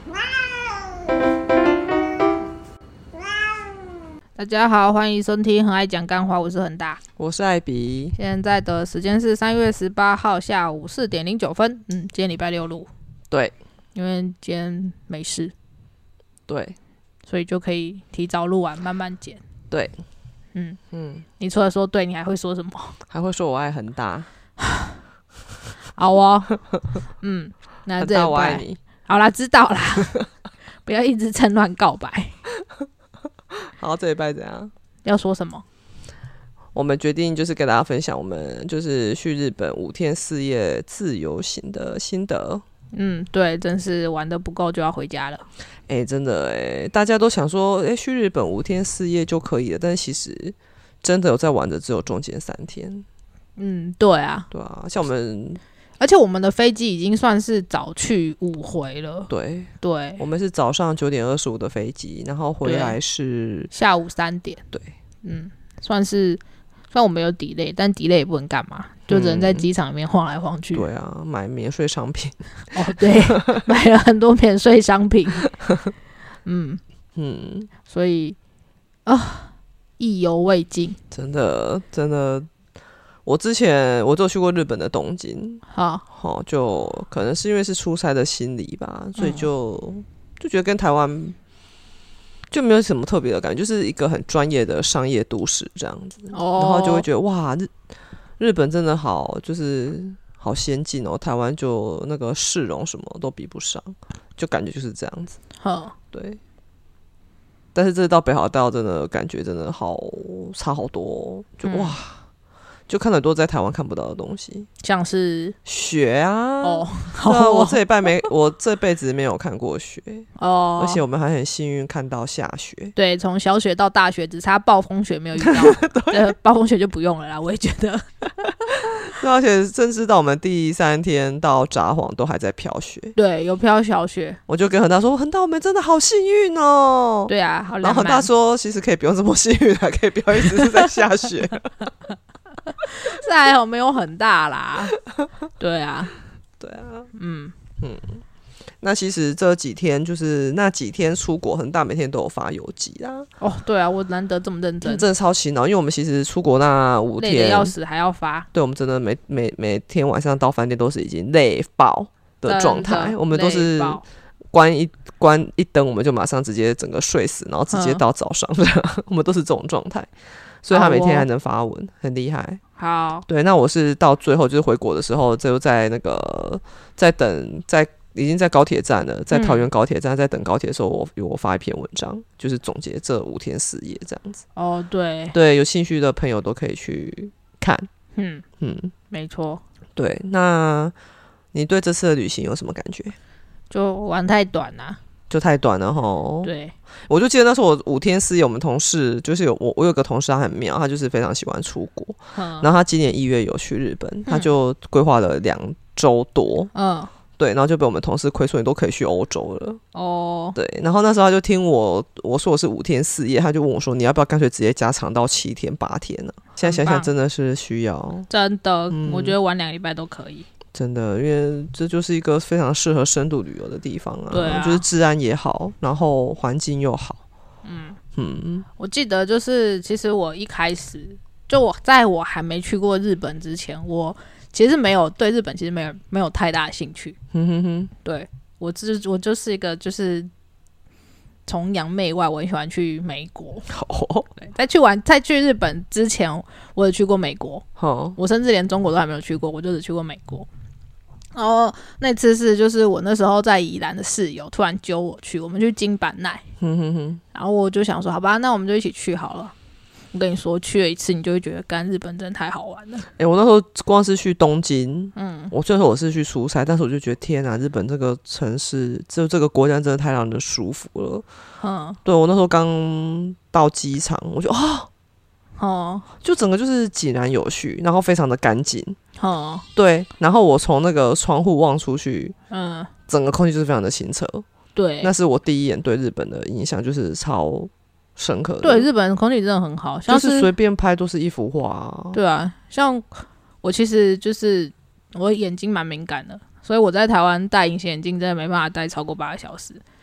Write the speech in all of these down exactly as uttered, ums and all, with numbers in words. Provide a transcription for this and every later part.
大家好，欢迎收听很爱讲干话，我是恒大， 我是艾比。 现在的时间是三月十八号下午四点零九分。嗯，今天礼拜六录。 对， 因为今天没事。 对， 所以就可以提早录完，慢慢剪。 对， 嗯嗯， 你除了说对，你还会说什么？ 还会说我爱恒大。 好哦，嗯，那这一拜我爱你。 好啦，知道啦，不要一直趁乱告白。 好，这一拜怎样？ 要说什么？ 我们决定就是跟大家分享我们就是去日本五天四夜自由行的心得。 嗯，对，真是玩得不够就要回家了。 哎、欸，真的哎、欸，大家都想说，哎、欸，去日本五天四夜就可以了，但是其实真的有在玩的只有中间三天。 嗯，对啊， 对啊，像我们。 而且我们的飞机已经算是早去五回了。 对对， 我们是早上九点二十五的飞机，然后回来是下午三点。 对， 嗯，算是虽然我们有 delay， 但 delay 也不能干嘛，就只能在机场里面晃来晃去。 嗯、对啊，买免税商品。 哦，对，买了很多免税商品。嗯嗯，所以啊，意犹未尽。 真的，真的。我之前我都有去过日本的东京， 好， 好，就可能是因为是出差的心理吧，所以就、嗯、就觉得跟台湾就没有什么特别的感觉，就是一个很专业的商业都市这样子，哦、然后就会觉得哇，日日本真的好，就是好先进哦，台湾就那个市容什么都比不上，就感觉就是这样子。 好， 对。但是这到北海道真的感觉真的好差好多、哦，就、嗯、哇。就看很多在台湾看不到的东西， 像是雪啊！ 哦， 对啊，我这一辈没，我这辈子没有看过雪哦， 而且我们还很幸运看到下雪。 对，从小雪到大雪，只差暴风雪没有遇到。对，暴风雪就不用了啦，我也觉得。 对，而且甚至到我们第三天到札幌都还在飘雪。 对，有飘小雪。 我就跟恒大说：“恒大，我们真的好幸运哦。” 对啊，好。 然后恒大说：“其实可以不用这么幸运还可以不要一直是在下雪。” 是还好没有很大啦。对啊， 对啊， 嗯嗯。那其实这几天就是那几天出国，恒大每天都有发邮寄啦。 哦，对啊，我难得这么认真， 真的超洗脑，因为我们其实出国那五天累得要死还要发。 对，我们真的每每每天晚上到饭店都是已经累爆的状态，我们都是关一关一灯，我们就马上直接整个睡死，然后直接到早上，嗯、我们都是这种状态。所以他每天还能发文，哦、很厉害。 好， 对，那我是到最后就是回国的时候，就在那个在等，在已经在高铁站了，在桃园高铁站、嗯、在等高铁的时候，我我发一篇文章，就是总结这五天四夜这样子。 哦，对， 对，有兴趣的朋友都可以去看。 嗯嗯，没错。 对，那你对这次的旅行有什么感觉？ 就玩太短啦、啊。 就太短了齁。 对， 我就记得那时候我五天四夜，我们同事就是有我，我有个同事他很妙，他就是非常喜欢出国，嗯、然后他今年一月有去日本，嗯、他就规划了两周多，嗯，对，然后就被我们同事亏说你都可以去欧洲了，哦，对，然后那时候他就听我我说我是五天四夜，他就问我说你要不要干脆直接加长到七天八天呢、啊？现在想想真的是需要， 真的，嗯、我觉得玩两个礼拜都可以。 真的，因为这就是一个非常适合深度旅游的地方啊， 对啊， 就是治安也好，然后环境又好。 嗯嗯，我记得就是其实我一开始就我在我还没去过日本之前，我其实没有对日本其实没有没有太大的兴趣。哼哼哼，对我就是我就是一个就是崇洋媚外，我很喜欢去美国。哦、对，在去完在去日本之前，我有去过美国。哦、我甚至连中国都还没有去过，我就只去过美国。然后那次是就是我那时候在宜兰的室友突然揪我去，我们去金板奈，哼哼哼，然后我就想说好吧，那我们就一起去好了。我跟你说，去了一次你就会觉得干日本真的太好玩了。哎、 欸，我那时候光是去东京，嗯，我最后我是去出差，但是我就觉得天啊，日本这个城市就这个国家真的太让人舒服了。嗯，对，我那时候刚到机场，我就啊。哦，就整个就是井然有序，然后非常的干净。哦，对，然后我从那个窗户望出去，嗯，整个空气就是非常的清澈。对，那是我第一眼对日本的印象，就是超深刻的。 对，日本空气真的很好，像是就是随便拍都是一幅画、啊。 对啊，像我其实就是我眼睛蛮敏感的，所以我在台湾戴隐形眼镜真的没办法戴超过八个小时。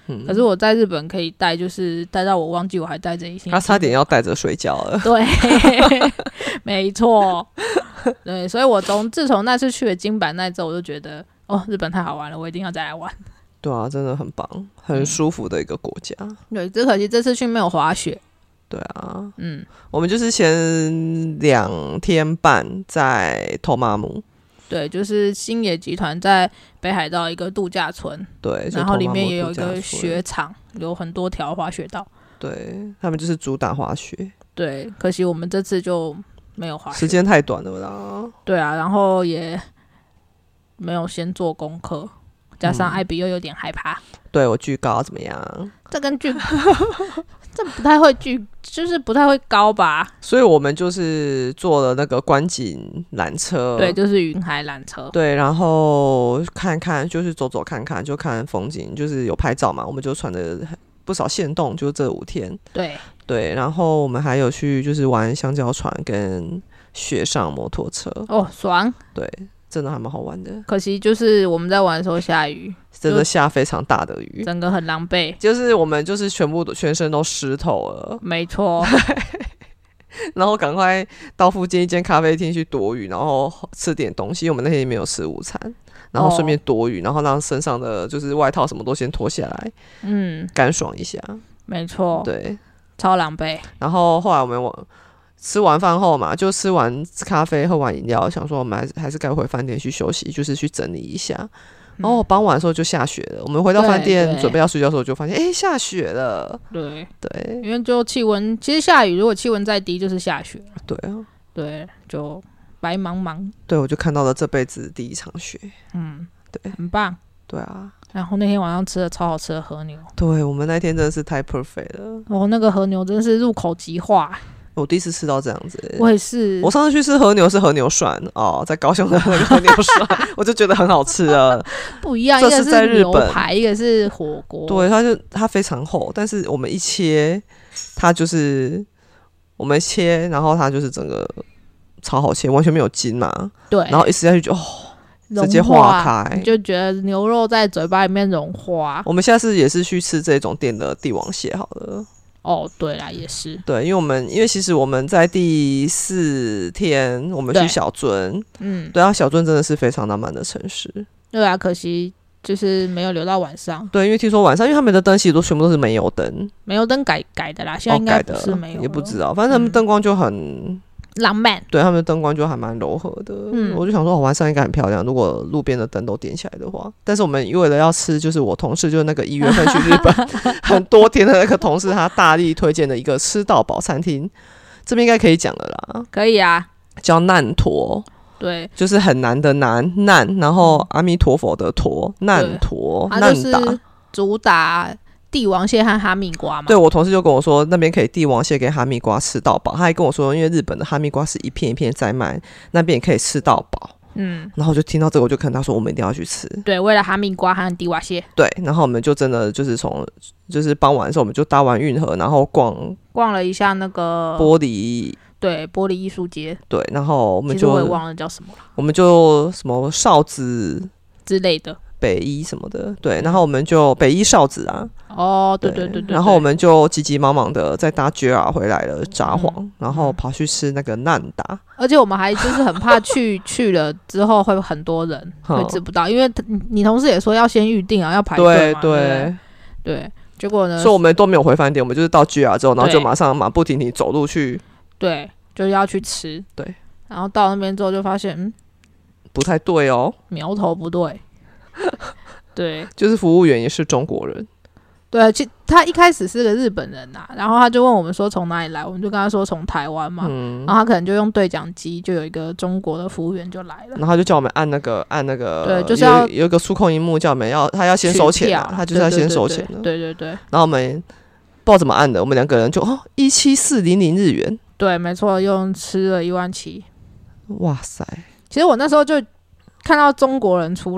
嗯、可是我在日本可以带，就是带到我忘记我还带着一些， 他差点要带着睡觉了。 对，没错，对，所以我从自从那次去了金板那之后，我就觉得哦，日本太好玩了，我一定要再来玩。 对啊，真的很棒，很舒服的一个国家。 嗯、对，只可惜这次去没有滑雪。 对啊，嗯，我们就是前两天半在托马姆。对， 就是星野集团在北海道一个度假村， 对， 然后里面也有一个雪场，有很多条滑雪道， 对，他们就是主打滑雪。 对，可惜我们这次就没有滑雪， 时间太短了啦。对啊，然后也没有先做功课，加上艾比又有点害怕。嗯、 对，我巨高怎么样？ 这跟巨这不太会巨，就是不太会高吧。 所以我们就是坐了那个观景缆车， 对，就是云海缆车。 对，然后看看，就是走走看看，就看风景，就是有拍照嘛，我们就传了不少限动，就这五天。 对对，然后我们还有去就是玩香蕉船跟雪上摩托车。 哦，爽！ 对。真的还蛮好玩的， 可惜就是我们在玩的时候下雨， 真的下非常大的雨， 整个很狼狈。 就是我们就是全部全身都湿透了， 没错。 然后赶快到附近一间咖啡厅去躲雨，然后吃点东西。我们那天没有吃午餐，然后顺便躲雨，然后让身上的就是外套什么都先脱下来，嗯，干爽一下。 没错， 对， 超狼狈。然后后来我们往。吃完饭后嘛，就吃完咖啡喝完饮料，想说我们还是还是该回饭店去休息，就是去整理一下。然后傍晚的时候就下雪了，我们回到饭店准备要睡觉的时候就发现，哎、欸，下雪了。 对对， 因为就气温，其实下雨如果气温再低就是下雪。 对啊， 对，就白茫茫。 对，我就看到了这辈子第一场雪。嗯，对， 很棒。 对啊， 然后那天晚上吃了超好吃的和牛。 对，我们那天真的是太 perfect 了。 哦，那个和牛真的是入口即化。 我第一次吃到这样子、欸， 我也是。 我上次去吃和牛是和牛涮哦，在高雄的那个和牛涮，我就觉得很好吃啊。 不一样， 这是在日本， 一个是牛排，一个是火锅。 对，它就它非常厚，但是我们一切，它就是我们切，然后它就是整个超好切，完全没有筋嘛。对，然后一吃下去就哦，直接化开， 你就觉得牛肉在嘴巴里面融化。 我们下次也是去吃这种店的帝王蟹好了。 哦，对啦，也是。 对，因为我们因为其实我们在第四天我们去小樽，嗯，对啊，小樽真的是非常浪漫的城市。 对啊，可惜就是没有留到晚上。 对，因为听说晚上，因为他们的灯其实都全部都是煤油灯， 煤油灯改改的啦，现在应该不是没有、 哦、也不知道，反正他们灯光就很。嗯浪漫， 对，他们的灯光就还蛮柔和的，嗯，我就想说，哦，晚上应该很漂亮。如果路边的灯都点起来的话，但是我们为了要吃，就是我同事就是那个一月份去日本很多天的那个同事，他大力推荐的一个吃到饱餐厅，这边应该可以讲了啦， 可以啊， 叫难陀， 对， 就是很难的难难，然后阿弥陀佛的陀，难陀， 难打，主打。帝王蟹和哈密瓜嘛， 对，我同事就跟我说那边可以帝王蟹跟哈密瓜吃到饱，他还跟我说因为日本的哈密瓜是一片一片在卖，那边也可以吃到饱。嗯，然后我就听到这个，我就跟他说我们一定要去吃。 对，为了哈密瓜和帝王蟹。 对，然后我们就真的就是从就是傍晚的时候，我们就搭完运河，然后逛逛了一下那个玻璃， 对，玻璃艺术街。 对，然后我们就其实我也忘了叫什么了， 我们就什么哨子之类的。 北一什么的，对，然后我们就北一哨子啊， 哦，对对 对, 对, 对， 然后我们就急急忙忙的再搭 J R 回来了札幌、嗯，然后跑去吃那个难达， 而且我们还就是很怕去去了之后会很多人会吃不到，因为你同事也说要先预定啊，要排队嘛，对 对, 对, 对，结果呢， 所以我们都没有回饭店，我们就是到 J R 之后，然后就马上马不停蹄走路去， 对，就是要去吃， 对， 然后到那边之后就发现，嗯， 不太对哦， 苗头不对。对， 就是服务员也是中国人。 对，其他一开始是个日本人啊，然后他就问我们说从哪里来，我们就跟他说从台湾嘛、嗯，然后他可能就用对讲机，就有一个中国的服务员就来了， 然后他就叫我们按那个按那个， 对，就是要有, 有一个触控萤幕叫我们要他要先收钱、啊，他就是要先收钱的， 对对 对, 对, 对, 对。 然后我们不知道怎么按的，我们两个人就哦一七四零零日元， 对，没错，用吃了一万七， 哇塞！ 其实我那时候就看到中国人出来。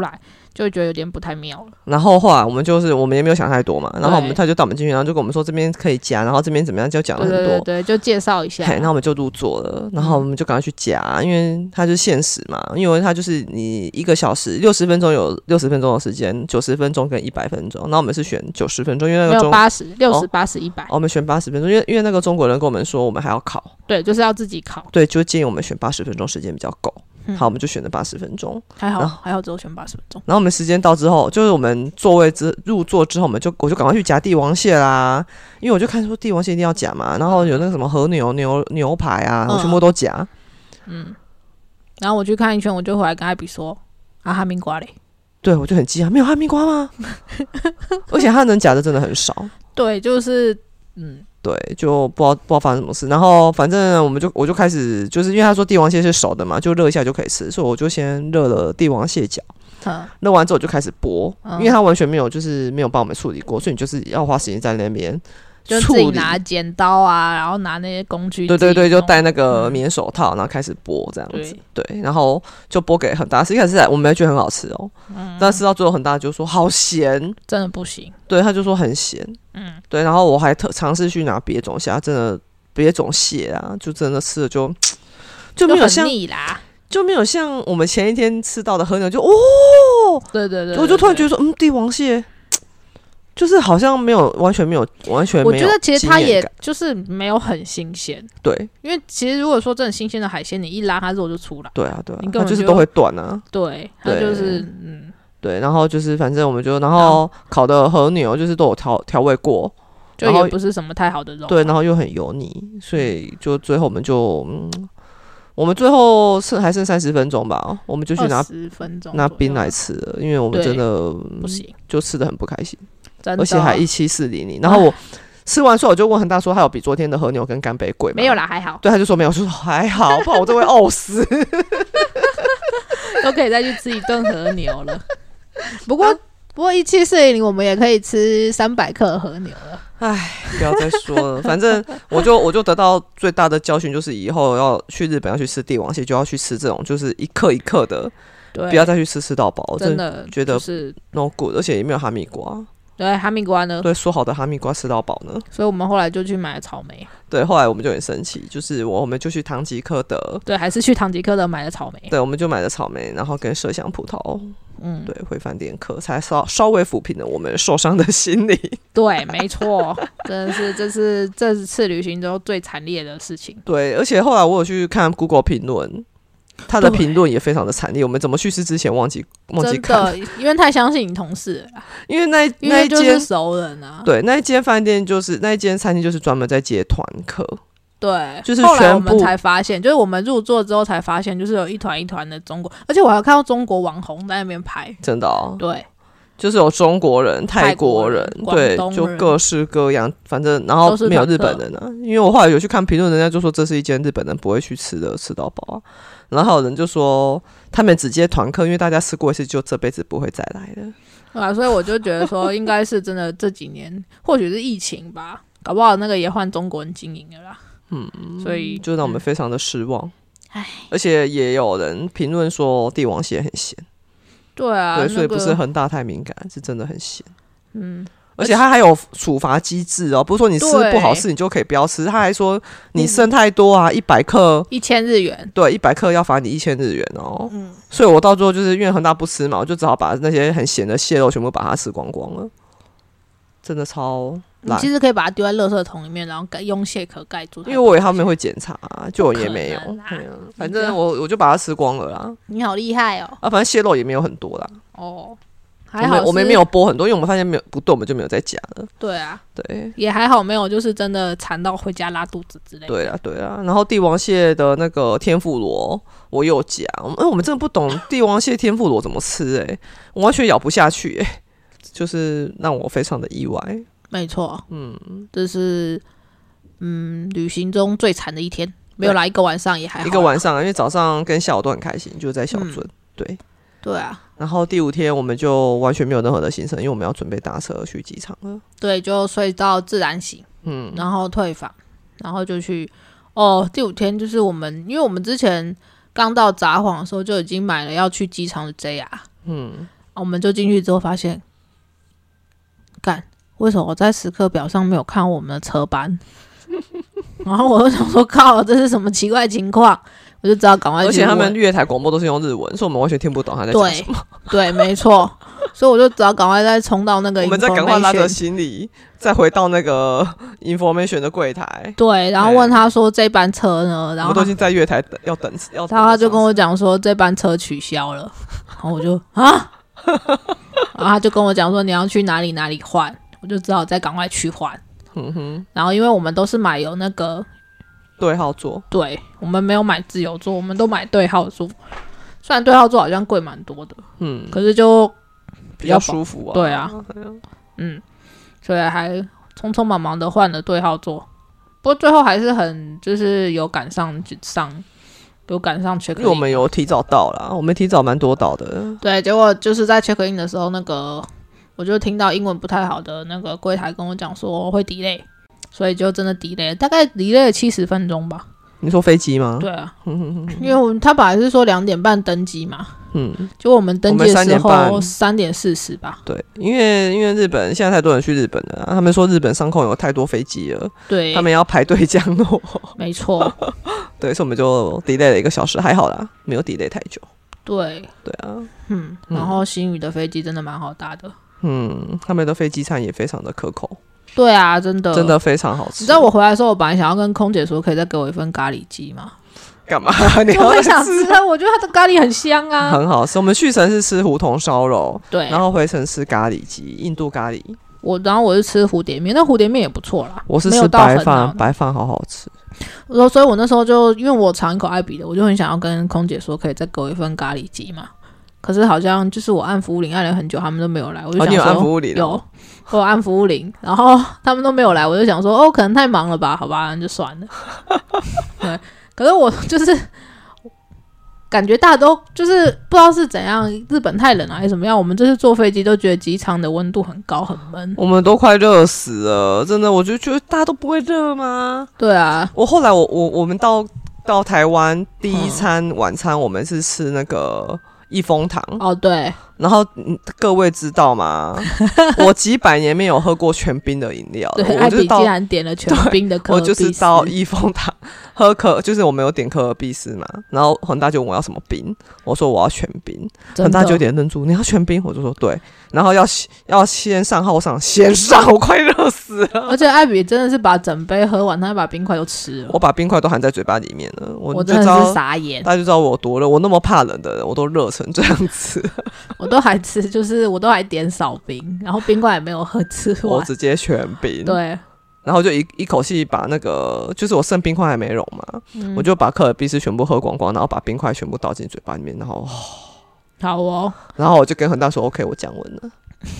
就会觉得有点不太妙了。 然后后来我们就是我们也没有想太多嘛，然后我们他就带我们进去，然后就跟我们说这边可以夹，然后这边怎么样，就讲了很多， 对对 对, 对，就介绍一下。 然后我们就入座了，然后我们就赶快去夹，因为它就是限时嘛，因为它就是你一个小时六十分钟有六十分钟的时间，九十分钟跟一百分钟，那我们是选九十分钟，因为那个中没有八十、六十、八十、一百， 我们选八十分钟，因为因为那个中国人跟我们说我们还要考， 对，就是要自己考， 对，就建议我们选八十分钟，时间比较够。好，我们就选了八十分钟， 还好还好，只有选八十分钟。 然后我们时间到之后，就是我们座位之入座之后，我们就我就赶快去夹帝王蟹啦，因为我就看说帝王蟹一定要夹嘛，然后有那个什么和牛牛牛排啊，我全部都夹。 嗯，然后我去看一圈，我就回来跟艾比说啊，哈密瓜嘞。 对，我就很惊讶，没有哈密瓜吗？而且他能夹的真的很少。 对，就是嗯。 对，就不知道不知道发生什么事，然后反正我们就我就开始，就是因为他说帝王蟹是熟的嘛，就热一下就可以吃，所以我就先热了帝王蟹脚，热完之后就开始剥，因为他完全没有就是没有帮我们处理过，所以你就是要花时间在那边就自己拿剪刀啊，然后拿那些工具， 对对对，就戴那个棉手套，然后开始剥这样子，对，对，然后就剥给很大吃，一开始我们也觉得很好吃哦，嗯、但吃到最后很大就说好咸， 真的不行， 对，他就说很咸，嗯，对，然后我还特尝试去拿别种虾，真的别种蟹啊，就真的吃了就就没有像腻啦。 就没有像我们前一天吃到的和牛就哦， 对对 对, 对, 对， 我就突然觉得说，嗯，帝王蟹。就是好像没有完全没有完全没有， 我觉得其实它也就是没有很新鲜， 对， 因为其实如果说真的新鲜的海鲜，你一拉它肉就出来， 对啊对啊，它就是都会断啊， 对，它就是嗯对，然后就是反正我们就然后烤的和牛就是都有调调味过， 就也不是什么太好的肉， 对，然后又很油腻，所以就最后我们就嗯。我们最后剩还剩三十分钟吧，我们就去拿拿冰来吃了，因为我们真的不行， 就吃得很不开心，而且还一七四零零。然后我吃完之后，我就问恒大说，还有比昨天的和牛跟干贝贵吗？ 没有啦，还好。 对，他就说没有，我就说还好，不然我都会呕死。 都可以再去吃一顿和牛了。不过，不过一七四零零我们也可以吃三百克和牛了。 唉，不要再说了。反正我就我就得到最大的教训，就是以后要去日本要去吃帝王蟹，就要去吃这种就是一克一克的，不要再去吃吃到饱。 真的觉得是 no good， 而且也没有哈密瓜。 对，哈密瓜呢？ 对，说好的哈密瓜吃到饱呢？ 所以我们后来就去买了草莓。 对，后来我们就很生气，就是我我们就去唐吉诃德， 对，还是去唐吉诃德买了草莓。 对，我们就买了草莓，然后跟麝香葡萄。嗯，对，回饭店客才稍稍微抚平了我们受伤的心理。 对，没错，真的是这是这次旅行中最惨烈的事情。 对，而且后来我有去看 Google 评论，他的评论也非常的惨烈。我们怎么去世之前忘记忘记看？ 真的，因为太相信你同事了啦。 因为那因为就是熟人啊。 对，那一间饭店就是那一间餐厅就是专门在接团客。 对， 就是后来我们才发现，就是我们入座之后才发现，就是有一团一团的中国，而且我还有看到中国网红在那边拍， 真的哦， 对， 就是有中国人、泰国人，对，就各式各样，反正然后没有日本人啊，因为我后来有去看评论，人家就说这是一间日本人不会去吃的吃到饱啊，然后还有人就说他们只接团客，因为大家吃过一次就这辈子不会再来了。 啊，所以我就觉得说，应该是真的这几年，或许是疫情吧，搞不好那个也换中国人经营了啦。嗯，所以就让我们非常的失望。唉，而且也有人评论说帝王蟹很咸。 对啊， 对，所以不是恒大太敏感，是真的很咸。嗯，而且他还有处罚机制哦，不是说你吃不好吃你就可以不要吃，他还说你剩太多啊，一百克一千日元， 对，一百克要罚你一千日元哦。嗯，所以我到最后就是因为恒大不吃嘛，我就只好把那些很咸的蟹肉全部把它吃光光了，真的超。 你其实可以把它丢在垃圾桶里面，然后用蟹壳盖住它。 因为我以为他们会检查，就我也没有。啊、反正我我就把它吃光了啦。 你好厉害哦！ 啊，反正蟹肉也没有很多啦。 哦，还好我们我们没有剥很多，因为我们发现没有不对，我们就没有再加了。 对啊， 对， 也还好没有，就是真的馋到回家拉肚子之类的。 对啊，对啊。然后帝王蟹的那个天妇罗我有加，因为我们真的不懂帝王蟹天妇罗怎么吃、欸，哎，我完全咬不下去、欸，就是让我非常的意外。 没错，嗯，这是嗯旅行中最惨的一天，没有啦，一个晚上也还好， 一个晚上，因为早上跟下午都很开心，就在小樽、嗯，对， 对啊。 然后第五天我们就完全没有任何的行程，因为我们要准备搭车去机场了。 对，就睡到自然醒，嗯，然后退房，然后就去哦。第五天就是我们，因为我们之前刚到札幌的时候就已经买了要去机场的 J R， 嗯。 我们就进去之后发现，干，为什么我在时刻表上没有看我们的车班？然后我就想说，靠，这是什么奇怪情况？我就知道赶快去问。 而且他们月台广播都是用日文，所以我们完全听不懂他在讲什么。 对，对，没错。所以我就只要赶快再冲到那个 information， 我们再赶快拉着行李，再回到那个 information 的柜台。 对，然后问他说这班车呢？然后我们都已经在月台等，要等，要等。 然后他就跟我讲说这班车取消了，然后我就啊，然后他就跟我讲说你要去哪里哪里换，我就只好再赶快去换。嗯哼。然后因为我们都是买有那个对号座， 对，我们没有买自由座，我们都买对号座。虽然对号座好像贵蛮多的，嗯，可是就比较舒服啊。 对啊，嗯，所以还匆匆忙忙的换了对号座，不过最后还是很就是有赶上上有赶上 check in， 因为我们有提早到啦，我们提早蛮多到的。 对，结果就是在 check in 的时候，那个我就听到英文不太好的那个柜台跟我讲说会 delay， 所以就真的 delay， 大概 delay 了七十分钟吧。 你说飞机吗？ 对啊，因为我们他本来是说两点半登机嘛，嗯，结果我们登机的时候三点四十吧。 对，因为因为日本现在太多人去日本了、啊，他们说日本上空有太多飞机了， 对， 他们要排队降落。 没错， 对，所以我们就 delay 了一个小时，还好啦，没有 delay 太久。 对， 对啊， 嗯，然后新宇的飞机真的蛮好搭的， 嗯，他们的飞机餐也非常的可口。 对啊，真的， 真的非常好吃。 你知道我回来的时候，我本来想要跟空姐说，可以再给我一份咖喱鸡吗？ 干嘛？你我很想吃啊！我觉得它的咖喱很香啊， 很好吃。我们去程是吃胡同烧肉， 对， 然后回程吃咖喱鸡，印度咖喱。 我然后我是吃蝴蝶面，那蝴蝶面也不错啦。 我是吃白饭，白饭好好吃。 我说，所以我那时候就因为我尝一口艾比的，我就很想要跟空姐说，可以再给我一份咖喱鸡嘛。可是好像就是我按服务铃按了很久，他们都没有来，我就想说、哦、 你有按服务铃、哦？ 有，我有按服务铃，然后他们都没有来，我就想说哦，可能太忙了吧，好吧，那就算了。对，可是我就是感觉大家都就是不知道是怎样，日本太冷了还是怎么样，我们这次坐飞机都觉得机场的温度很高很闷， 我们都快热死了，真的，我就觉得大家都不会热吗？ 对啊， 我后来我我我们到到台湾第一餐、嗯、晚餐，我们是吃那个益丰堂哦，对。 然后各位知道吗？我几百年没有喝过全冰的饮料， 对， 我就竟然点了全冰的可尔必斯， 我就是到益丰堂喝可，就是我们有点可尔必斯嘛，然后恒大就问我要什么冰，我说我要全冰，恒大就有点愣住，你要全冰，我就说对，然后要要先上后上，先上，我快热死了。 而且艾比真的是把整杯喝完，他把冰块都吃了， 我把冰块都含在嘴巴里面了，我我真的是傻眼， 大家就知道我多热，我那么怕冷的人，我都热成这样子。 我都还吃，就是我都还点少冰，然后冰块也没有喝吃完， 我直接全冰。 对， 然后就 一, 一口气把那个，就是我剩冰块还没融嘛、嗯，我就把可尔必斯全部喝光光，然后把冰块全部倒进嘴巴里面，然后、哦、 好哦， 然后我就跟恒大说 ：“OK， 我降温了。”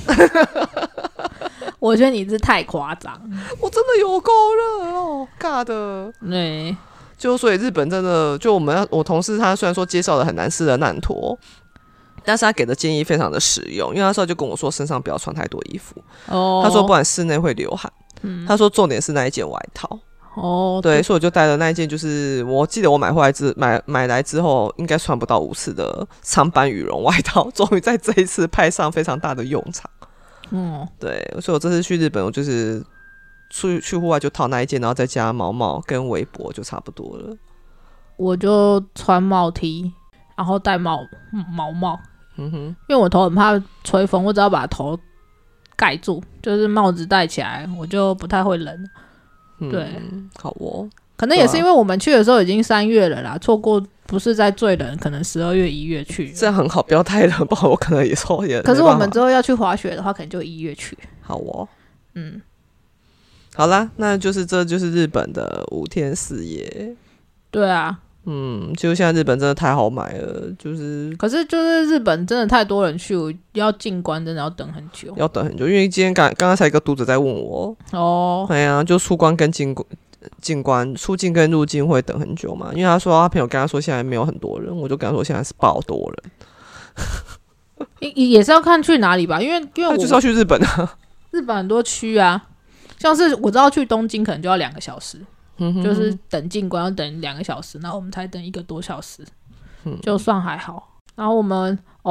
我觉得你是太夸张， 我真的有够热哦，尬的。 对， 就所以日本真的，就我们我同事他虽然说介绍的很难吃的难陀。但是他给的建议非常的实用，因为他那时候就跟我说身上不要穿太多衣服，哦、他说不然室内会流汗、嗯，他说重点是那一件外套，哦，对，所以我就带了那一件，就是我记得我买回来之买买来之后应该穿不到五次的长版羽绒外套，终于在这一次派上非常大的用场，嗯，对，所以我这次去日本，我就是去去户外就套那一件，然后再加毛毛跟围脖就差不多了。 我就穿帽 T， 然后戴毛毛帽。嗯哼，因为我头很怕吹风，我只要把头盖住，就是帽子戴起来，我就不太会冷。嗯、对， 好哦。 可能也是因为我们去的时候已经三月了啦，错过不是在最冷，可能十二月、一月去。 这样很好，不要太冷，不然我可能也错也。 可是我们之后要去滑雪的话，可能就一月去。 好哦，嗯，好啦，那就是这就是日本的五天四夜。 对啊。 嗯，就现在日本真的太好买了，就是。 可是就是日本真的太多人去，要进关真的要等很久， 要等很久，因为今天刚刚刚才一个读者在问我，哦，哎呀，就出关跟进进关、出境跟入境会等很久嘛？因为他说他朋友跟他说现在没有很多人，我就跟他说现在是爆多人。 也也是要看去哪里吧，因为因为我就是要去日本啊， 日本很多区啊，像是我知道去东京可能就要两个小时。嗯、就是等进关要等两个小时，然后我们才等一个多小时，嗯、就算还好。然后我们哦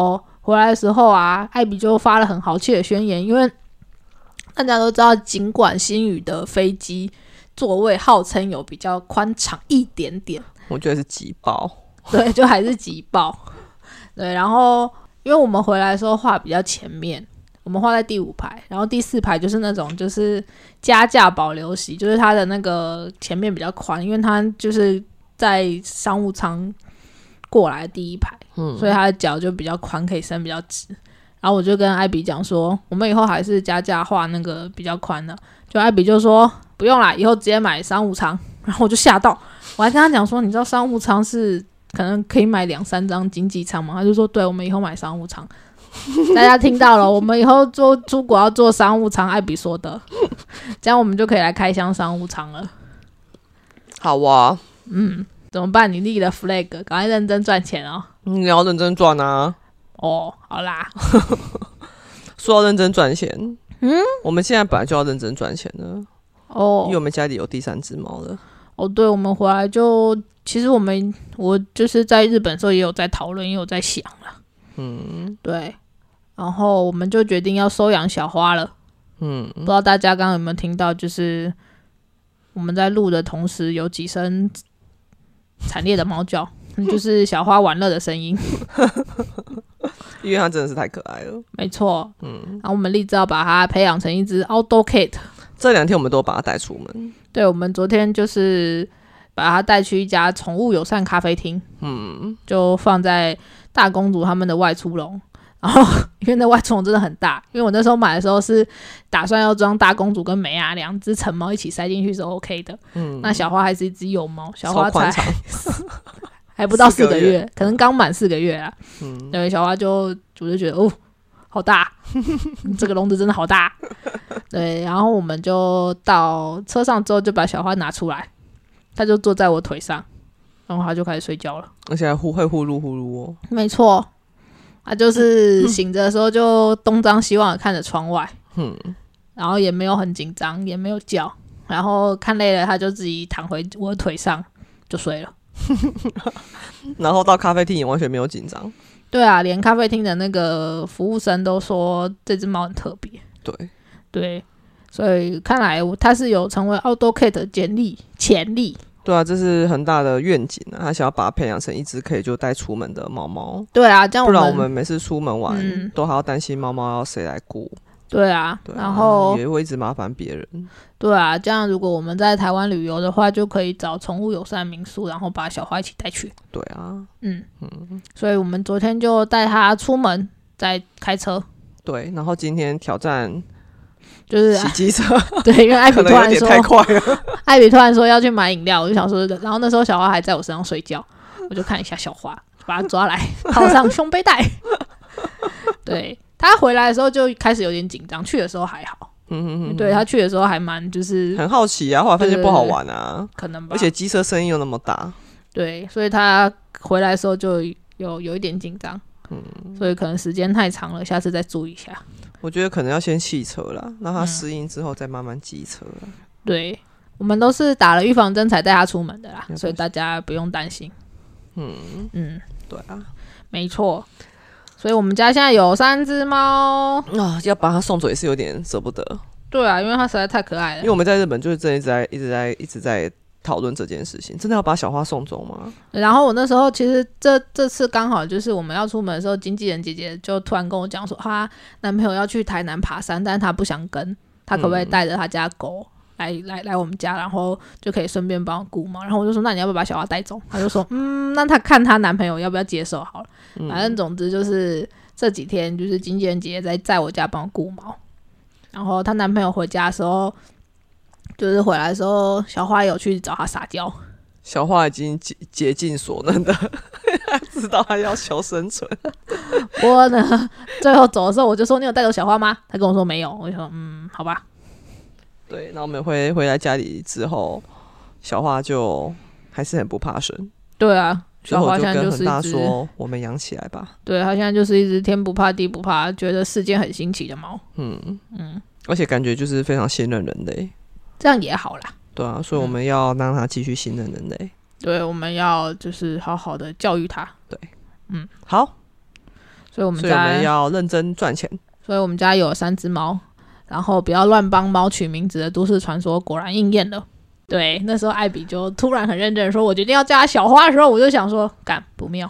回来的时候啊，艾比就发了很豪气的宣言，因为大家都知道，尽管星宇的飞机座位号称有比较宽敞一点点， 我觉得是挤爆， 对，就还是挤爆。对，然后因为我们回来的时候画比较前面，我们画在第五排，然后第四排就是那种就是加价保留席，就是它的那个前面比较宽，因为它就是在商务舱过来的第一排，嗯，所以它的脚就比较宽，可以伸比较直。然后我就跟艾比讲说，我们以后还是加价画那个比较宽的。就艾比就说不用啦，以后直接买商务舱。然后我就吓到，我还跟他讲说，你知道商务舱是可能可以买两三张经济舱吗？他就说对，我们以后买商务舱。大家听到了，我们以后坐出国要坐商务舱，艾比说的，这样我们就可以来开箱商务舱了。 好啊， 嗯，怎么办？你立了 flag， 赶快认真赚钱哦。 你要认真赚啊。 哦，好啦， 说要认真赚钱，嗯，我们现在本来就要认真赚钱了，哦，因为我们家里有第三只猫了。 哦，对，我们回来就，其实我们我就是在日本的时候也有在讨论，也有在想了，嗯，对，然后我们就决定要收养小花了，嗯，不知道大家刚刚有没有听到，就是我们在录的同时有几声惨烈的猫叫。就是小花玩乐的声音， 因为它真的是太可爱了。 没错，嗯，然后我们立志要把它培养成一只 outdoor cat。 这两天我们都把它带出门。 对，我们昨天就是把它带去一家宠物友善咖啡厅，嗯，就放在大公主他们的外出笼。然后因为那外出笼真的很大，因为我那时候买的时候是打算要装大公主跟梅亚两只成猫一起塞进去是 OK 的，嗯，那小花还是一只幼猫，小花才还不到四个月，个可能刚满四个月啦。嗯，对，小花就我就觉得哦，好大，这个笼子真的好大。对，然后我们就到车上之后，就把小花拿出来，他就坐在我腿上，然后他就开始睡觉了， 而且还呼会呼噜呼噜哦。 没错，他就是醒着的时候就东张西望的看着窗外，嗯，然后也没有很紧张，也没有叫，然后看累了他就自己躺回我的腿上就睡了。 然后到咖啡厅也完全没有紧张。 对啊，连咖啡厅的那个服务生都说这只猫很特别。 对对，所以看来它是有成为 outdoor cat 的潜力潜力。 对啊，这是很大的愿景啊！他想要把它培养成一只可以就带出门的猫猫。 对啊，这样我们不然我们每次出门玩、嗯、都还要担心猫猫要谁来顾。 对啊， 对啊， 然后也会一直麻烦别人。 对啊，这样如果我们在台湾旅游的话，就可以找宠物友善民宿，然后把小花一起带去。 对啊， 嗯嗯，所以我们昨天就带它出门，再开车。 对，然后今天挑战就是骑机车。 对，因为艾比突然说太快了， 艾比突然说要去买饮料，我就想说，然后那时候小花还在我身上睡觉，我就看一下小花，把它抓来套上胸背带。对。他回来的时候就开始有点紧张，去的时候还好。嗯哼哼，对，他去的时候还蛮就是很好奇啊，后来发现不好玩啊， 可能吧。 而且机车声音又那么大， 对，所以他回来的时候就有有一点紧张。嗯，所以可能时间太长了，下次再注意一下。 我觉得可能要先汽车啦，让他适应之后再慢慢机车啦。 对，我们都是打了预防针才带他出门的啦，所以大家不用担心。嗯嗯， 对啊， 没错。所以我们家现在有三只猫啊，要把它送走也是有点舍不得。 对啊，因为它实在太可爱了。 因为我们在日本就是真的一直在一直在一直在讨论这件事情，真的要把小花送走吗？ 然后我那时候其实这这次刚好就是我们要出门的时候，经纪人姐姐就突然跟我讲说，她男朋友要去台南爬山，但是她不想跟，她可不可以带着她家狗？嗯来来来我们家，然后就可以顺便帮我顾猫。然后我就说，那你要不要把小花带走？她就说，嗯，那她看她男朋友要不要接受好了。嗯、反正总之就是这几天就是经纪人姐姐在在我家帮我顾猫。然后她男朋友回家的时候，就是回来的时候，小花有去找他撒娇。 小花已经竭竭尽所能的，他知道他要求生存。 我呢，最后走的时候我就说，你有带走小花吗？他跟我说没有。我就说，嗯，好吧。 对，然后我们回回来家里之后，小花就还是很不怕生。 对啊，小花现在就是一只， 就跟恒大说，我们养起来吧。 对，他现在就是一只天不怕地不怕，觉得世界很新奇的猫。 嗯嗯，而且感觉就是非常信任人类， 这样也好啦。 对啊，所以我们要让他继续信任人类。嗯、 对，我们要就是好好的教育他。 对，嗯，好。 所以我们家所以我们要认真赚钱。 所以我们家有三只猫，然后不要乱帮猫取名字的都市传说果然应验了。对，那时候艾比就突然很认真的说，我决定要叫它小花的时候，我就想说，干不妙。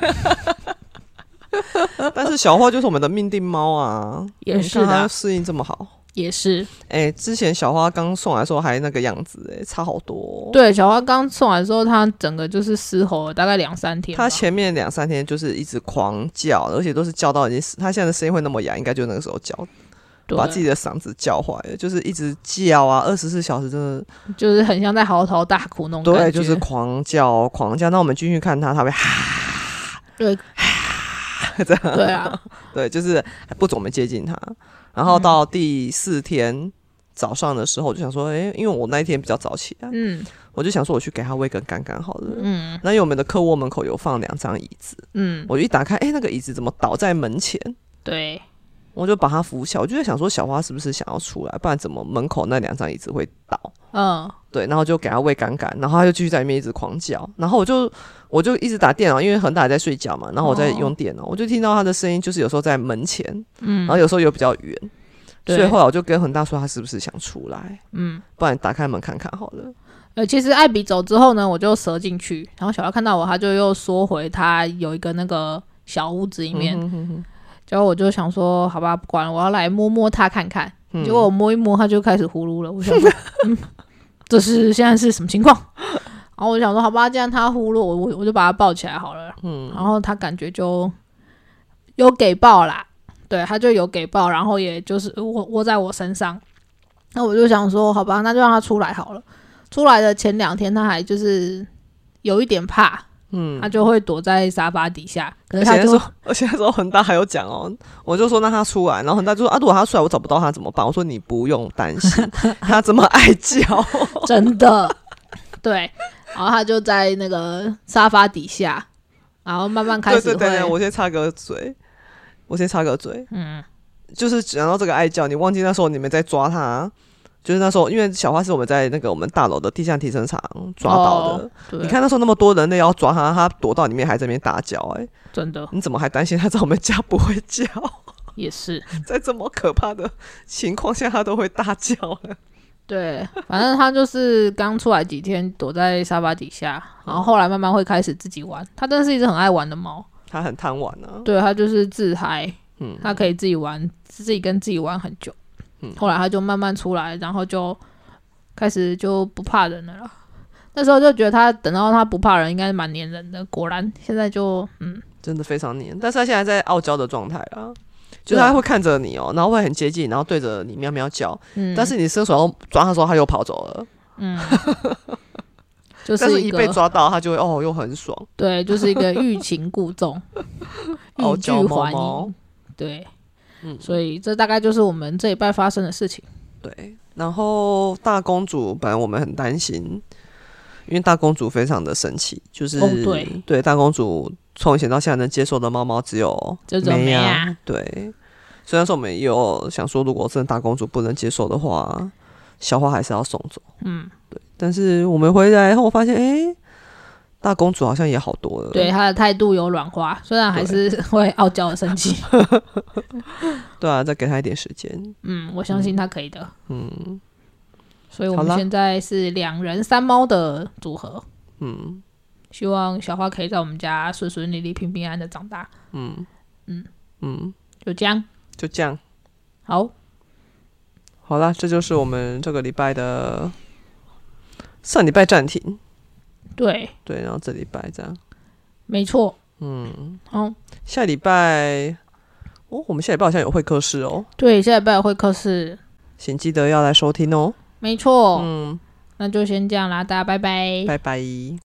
但是小花就是我们的命定猫啊， 也是的， 它适应这么好。 也是， 哎、欸，之前小花刚送来的时候还那个样子、欸，哎，差好多、哦。 对，小花刚送来的时候，它整个就是嘶吼了大概两三天。 它前面两三天就是一直狂叫，而且都是叫到已经，它现在的声音会那么哑，应该就那个时候叫，把自己的嗓子叫坏了，就是一直叫啊，二十四小时真的就是很像在嚎啕大哭那种感觉。 对，就是狂叫狂叫。那我们进去看它，它会哈， 对， 哈，这样。 对啊， 对，就是不怎么接近它。然后到第四天早上的时候，我就想说，哎、欸，因为我那一天比较早起来，嗯，我就想说我去给他喂个干干好了，嗯。那因为我们的客卧门口有放两张椅子，嗯，我就一打开，哎、欸，那个椅子怎么倒在门前？ 对， 我就把它扶起来。我就在想说，小花是不是想要出来？不然怎么门口那两张椅子会倒？嗯，对。然后就给他喂干干，然后他就继续在里面一直狂叫。然后我就我就一直打电脑，因为恒大还在睡觉嘛，然后我在用电脑，哦、我就听到他的声音，就是有时候在门前，嗯，然后有时候又比较远。所以后来我就跟恒大说，他是不是想出来？嗯，不然打开门看看好了。 呃，其实艾比走之后呢，我就折进去，然后小花看到我，他就又缩回他有一个那个小屋子里面。嗯、哼哼哼结果我就想说，好吧，不管了，我要来摸摸他看看。嗯、结果我摸一摸，他就开始呼噜了。我想说，嗯，这是现在是什么情况？然后我想说，好吧，既然他呼噜，我我我就把他抱起来好了。嗯，然后他感觉就有给抱啦。对，他就有给抱，然后也就是窝窝在我身上。那我就想说，好吧，那就让他出来好了。出来的前两天，他还就是有一点怕，嗯，他就会躲在沙发底下。可是他就， 而且那时候恒大还有讲哦，我就说让他出来，然后恒大就说啊，如果他出来我找不到他怎么办？我说你不用担心，他这么爱叫， 真的，对。然后他就在那个沙发底下，然后慢慢开始会。 对对对，我先插个嘴。我先插个嘴，嗯，就是讲到这个爱叫，你忘记那时候你们在抓他，就是那时候因为小花是我们在那个我们大楼的地下停车场抓到的，哦、你看那时候那么多人类要抓他，他躲到里面还在那边大叫、欸，哎， 真的， 你怎么还担心他在我们家不会叫？ 也是， 在这么可怕的情况下，他都会大叫了。 对，反正他就是刚出来几天，躲在沙发底下，然后后来慢慢会开始自己玩。他真的是一只很爱玩的猫。 他很贪玩啊， 对，他就是自嗨，嗯，他可以自己玩，自己跟自己玩很久，嗯，后来他就慢慢出来，然后就开始就不怕人了啦。那时候就觉得他等到他不怕人，应该蛮黏人的，果然现在就嗯， 真的非常黏。但是他现在在傲娇的状态啦，就是他会看着你哦、喔，然后会很接近，然后对着你喵喵叫，嗯，但是你伸手要抓他的时候，他又跑走了，嗯。就是但是一被抓到，他就会哦，又很爽。 对，就是一个欲擒故纵、欲拒还迎。对，嗯，所以这大概就是我们这一拜发生的事情。 对，然后大公主本来我们很担心，因为大公主非常的生气，就是、哦、对对，大公主从以前到现在能接受的猫猫只有梅啊，对。虽然说我们也有想说，如果真的大公主不能接受的话，小花还是要送走。嗯，对。但是我们回来后发现，哎、欸，大公主好像也好多了。 对，她的态度有软化，虽然还是会傲娇的生气。 对啊，再给她一点时间。 嗯，我相信她可以的。嗯，所以我们现在是两人三猫的组合。嗯，希望小花可以在我们家顺顺利利、平平安安的长大。嗯嗯嗯，就这样， 就这样。 好， 好啦，这就是我们这个礼拜的。上礼拜暂停， 对对，然后这礼拜这样， 没错，嗯，好， 下礼拜哦，我们下礼拜好像有会客室哦， 对，下礼拜有会客室， 请记得要来收听哦， 没错，嗯，那就先这样啦，大家拜拜， 拜拜。